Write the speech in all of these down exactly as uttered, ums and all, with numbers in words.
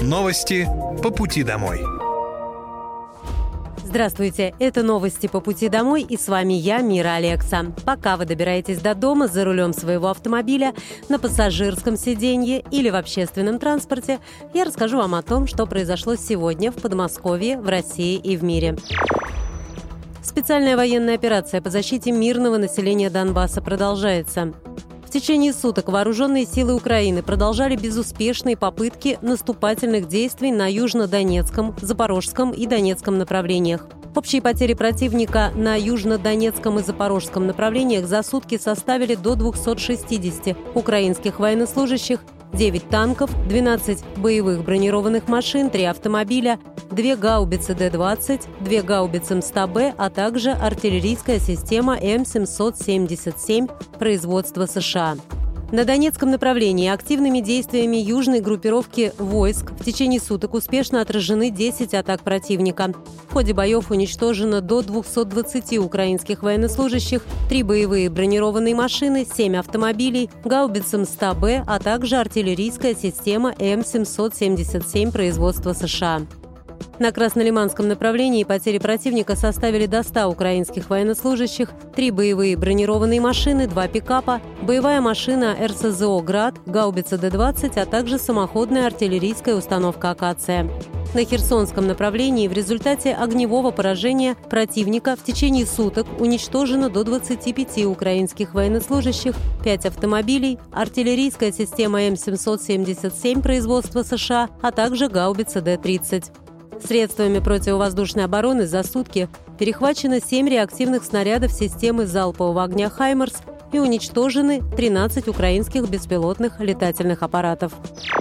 Новости по пути домой. Здравствуйте, это новости по пути домой, и с вами я, Мира Алекса. Пока вы добираетесь до дома за рулем своего автомобиля, на пассажирском сиденье или в общественном транспорте, я расскажу вам о том, что произошло сегодня в Подмосковье, в России и в мире. Специальная военная операция по защите мирного населения Донбасса продолжается. В течение суток вооруженные силы Украины продолжали безуспешные попытки наступательных действий на Южнодонецком, Запорожском и Донецком направлениях. Общие потери противника на Южнодонецком и Запорожском направлениях за сутки составили до двухсот шестидесяти украинских военнослужащих, девять танков, двенадцать боевых бронированных машин, три автомобиля, две гаубицы Д двадцать, две гаубицы М сто Б, а также артиллерийская система М семьсот семьдесят семь производства США. На Донецком направлении активными действиями южной группировки войск в течение суток успешно отражены десять атак противника. В ходе боев уничтожено до двухсот двадцати украинских военнослужащих, три боевые бронированные машины, семь автомобилей, гаубица М сто Б, а также артиллерийская система М семьсот семьдесят семь производства США. На Краснолиманском направлении потери противника составили до ста украинских военнослужащих, три боевые бронированные машины, два пикапа, боевая машина Р С З О «Град», гаубица Д двадцать, а также самоходная артиллерийская установка «Акация». На Херсонском направлении в результате огневого поражения противника в течение суток уничтожено до двадцати пяти украинских военнослужащих, пять автомобилей, артиллерийская система М семьсот семьдесят семь производства США, а также гаубица Д тридцать. Средствами противовоздушной обороны за сутки перехвачено семь реактивных снарядов системы залпового огня «Хаймарс» и уничтожены тринадцать украинских беспилотных летательных аппаратов.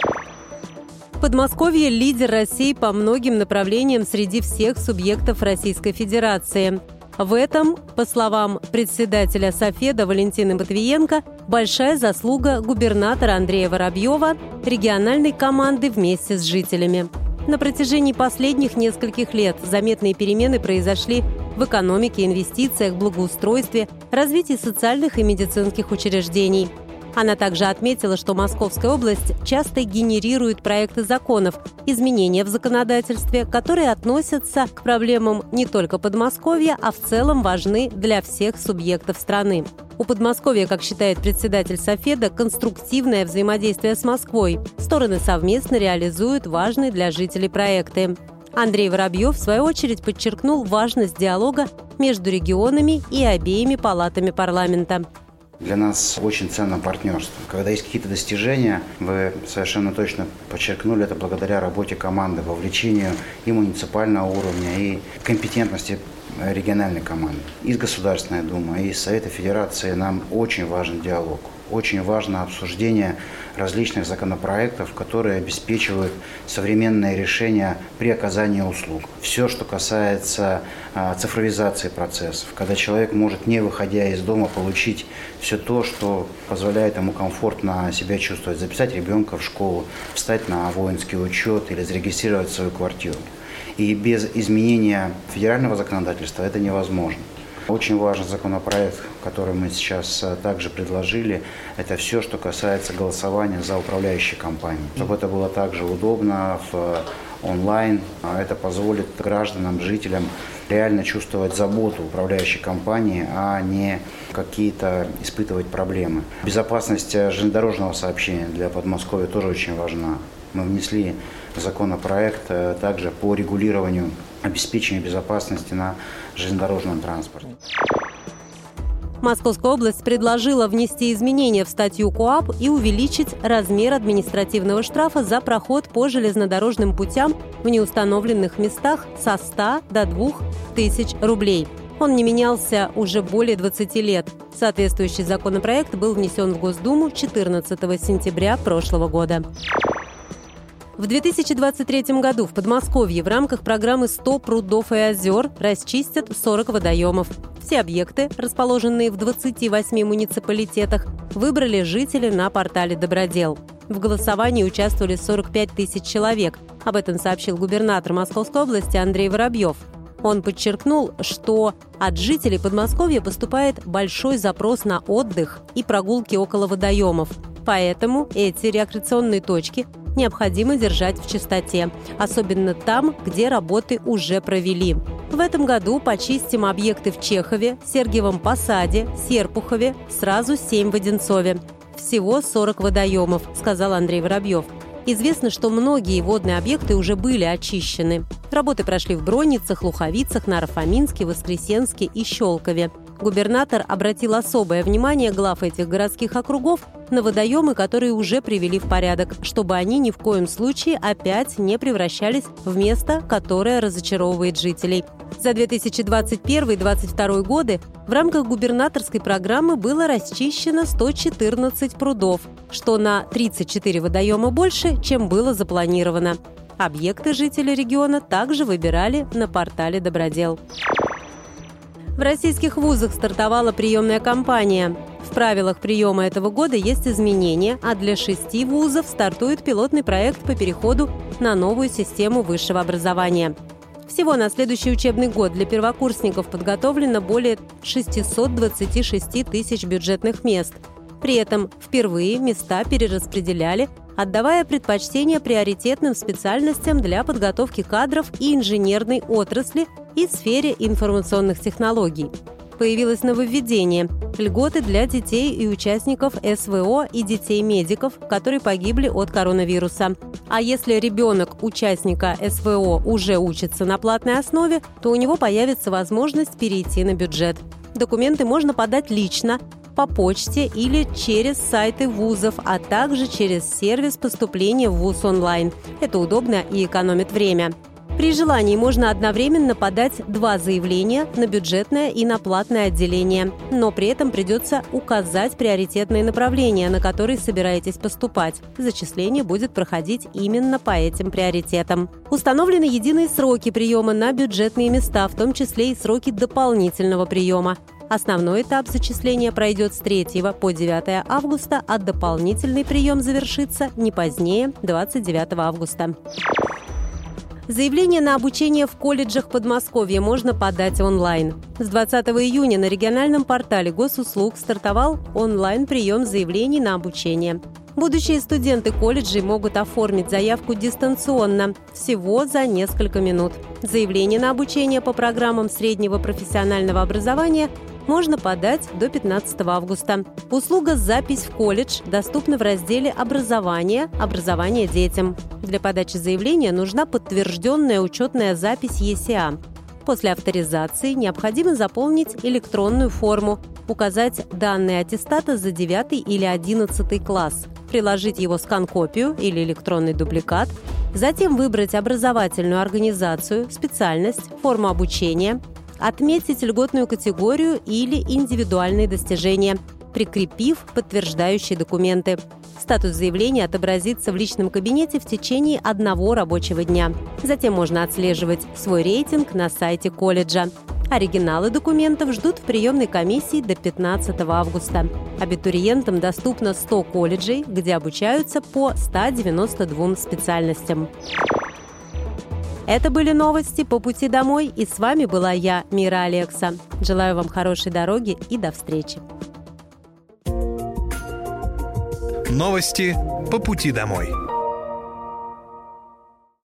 Подмосковье – лидер России по многим направлениям среди всех субъектов Российской Федерации. В этом, по словам председателя Софеда Валентины Матвиенко, большая заслуга губернатора Андрея Воробьева, региональной команды вместе с жителями. На протяжении последних нескольких лет заметные перемены произошли в экономике, инвестициях, благоустройстве, развитии социальных и медицинских учреждений. Она также отметила, что Московская область часто генерирует проекты законов, изменения в законодательстве, которые относятся к проблемам не только Подмосковья, а в целом важны для всех субъектов страны. У Подмосковья, как считает председатель Софеда, конструктивное взаимодействие с Москвой. Стороны совместно реализуют важные для жителей проекты. Андрей Воробьев, в свою очередь, подчеркнул важность диалога между регионами и обеими палатами парламента. Для нас очень ценно партнерство. Когда есть какие-то достижения, вы совершенно точно подчеркнули это благодаря работе команды, вовлечению и муниципального уровня, и компетентности региональной команды. Из Государственной Думы, и из Совета Федерации нам очень важен диалог. Очень важно обсуждение различных законопроектов, которые обеспечивают современные решения при оказании услуг. Все, что касается а, цифровизации процессов, когда человек может, не выходя из дома, получить все то, что позволяет ему комфортно себя чувствовать, записать ребенка в школу, встать на воинский учет или зарегистрировать свою квартиру. И без изменения федерального законодательства это невозможно. Очень важный законопроект, который мы сейчас также предложили, это все, что касается голосования за управляющие компании. Чтобы это было также удобно в онлайн, это позволит гражданам, жителям реально чувствовать заботу управляющей компании, а не какие-то испытывать проблемы. Безопасность железнодорожного сообщения для Подмосковья тоже очень важна. Мы внесли законопроект также по регулированию обеспечению безопасности на железнодорожном транспорте. Московская область предложила внести изменения в статью КоАП и увеличить размер административного штрафа за проход по железнодорожным путям в неустановленных местах со ста до двух тысяч рублей. Он не менялся уже более двадцати лет. Соответствующий законопроект был внесен в Госдуму четырнадцатого сентября прошлого года. В две тысячи двадцать третьем году в Подмосковье в рамках программы «сто прудов и озер» расчистят сорок водоемов. Все объекты, расположенные в двадцати восьми муниципалитетах, выбрали жители на портале «Добродел». В голосовании участвовали сорок пять тысяч человек. Об этом сообщил губернатор Московской области Андрей Воробьев. Он подчеркнул, что от жителей Подмосковья поступает большой запрос на отдых и прогулки около водоемов. Поэтому эти рекреационные точки необходимо держать в чистоте, особенно там, где работы уже провели. В этом году почистим объекты в Чехове, Сергиевом Посаде, Серпухове, сразу семь в Одинцове. Всего сорок водоемов, сказал Андрей Воробьев. Известно, что многие водные объекты уже были очищены. Работы прошли в Бронницах, Луховицах, Наро-Фоминске, Воскресенске и Щелкове. Губернатор обратил особое внимание глав этих городских округов на водоемы, которые уже привели в порядок, чтобы они ни в коем случае опять не превращались в место, которое разочаровывает жителей. За две тысячи двадцать первый — две тысячи двадцать второй годы в рамках губернаторской программы было расчищено сто четырнадцать прудов, что на тридцать четыре водоема больше, чем было запланировано. Объекты жители региона также выбирали на портале «Добродел». В российских вузах стартовала приемная кампания. В правилах приема этого года есть изменения, а для шести вузов стартует пилотный проект по переходу на новую систему высшего образования. Всего на следующий учебный год для первокурсников подготовлено более шестьсот двадцать шесть тысяч бюджетных мест. При этом впервые места перераспределяли, отдавая предпочтение приоритетным специальностям для подготовки кадров и инженерной отрасли и сфере информационных технологий. Появилось нововведение – льготы для детей и участников эс вэ о и детей-медиков, которые погибли от коронавируса. А если ребенок участника эс вэ о уже учится на платной основе, то у него появится возможность перейти на бюджет. Документы можно подать лично, по почте или через сайты вузов, а также через сервис поступления в вуз онлайн. Это удобно и экономит время. При желании можно одновременно подать два заявления на бюджетное и на платное отделение, но при этом придется указать приоритетные направления, на которые собираетесь поступать. Зачисление будет проходить именно по этим приоритетам. Установлены единые сроки приема на бюджетные места, в том числе и сроки дополнительного приема. Основной этап зачисления пройдет с третьего по девятое августа, а дополнительный прием завершится не позднее двадцать девятого августа. Заявление на обучение в колледжах Подмосковья можно подать онлайн. С двадцатого июня на региональном портале госуслуг стартовал онлайн-прием заявлений на обучение. Будущие студенты колледжей могут оформить заявку дистанционно, всего за несколько минут. Заявление на обучение по программам среднего профессионального образования можно подать до пятнадцатого августа. Услуга «Запись в колледж» доступна в разделе «Образование. Образование детям». Для подачи заявления нужна подтвержденная учетная запись е се а. После авторизации необходимо заполнить электронную форму, указать данные аттестата за девятый или одиннадцатый класс, приложить его скан-копию или электронный дубликат, затем выбрать образовательную организацию, специальность, форму обучения, отметить льготную категорию или индивидуальные достижения, прикрепив подтверждающие документы. Статус заявления отобразится в личном кабинете в течение одного рабочего дня. Затем можно отслеживать свой рейтинг на сайте колледжа. Оригиналы документов ждут в приемной комиссии до пятнадцатого августа. Абитуриентам доступно сто колледжей, где обучаются по ста девяноста двум специальностям. Это были новости по пути домой, и с вами была я, Мира Алекса. Желаю вам хорошей дороги и до встречи. Новости по пути домой.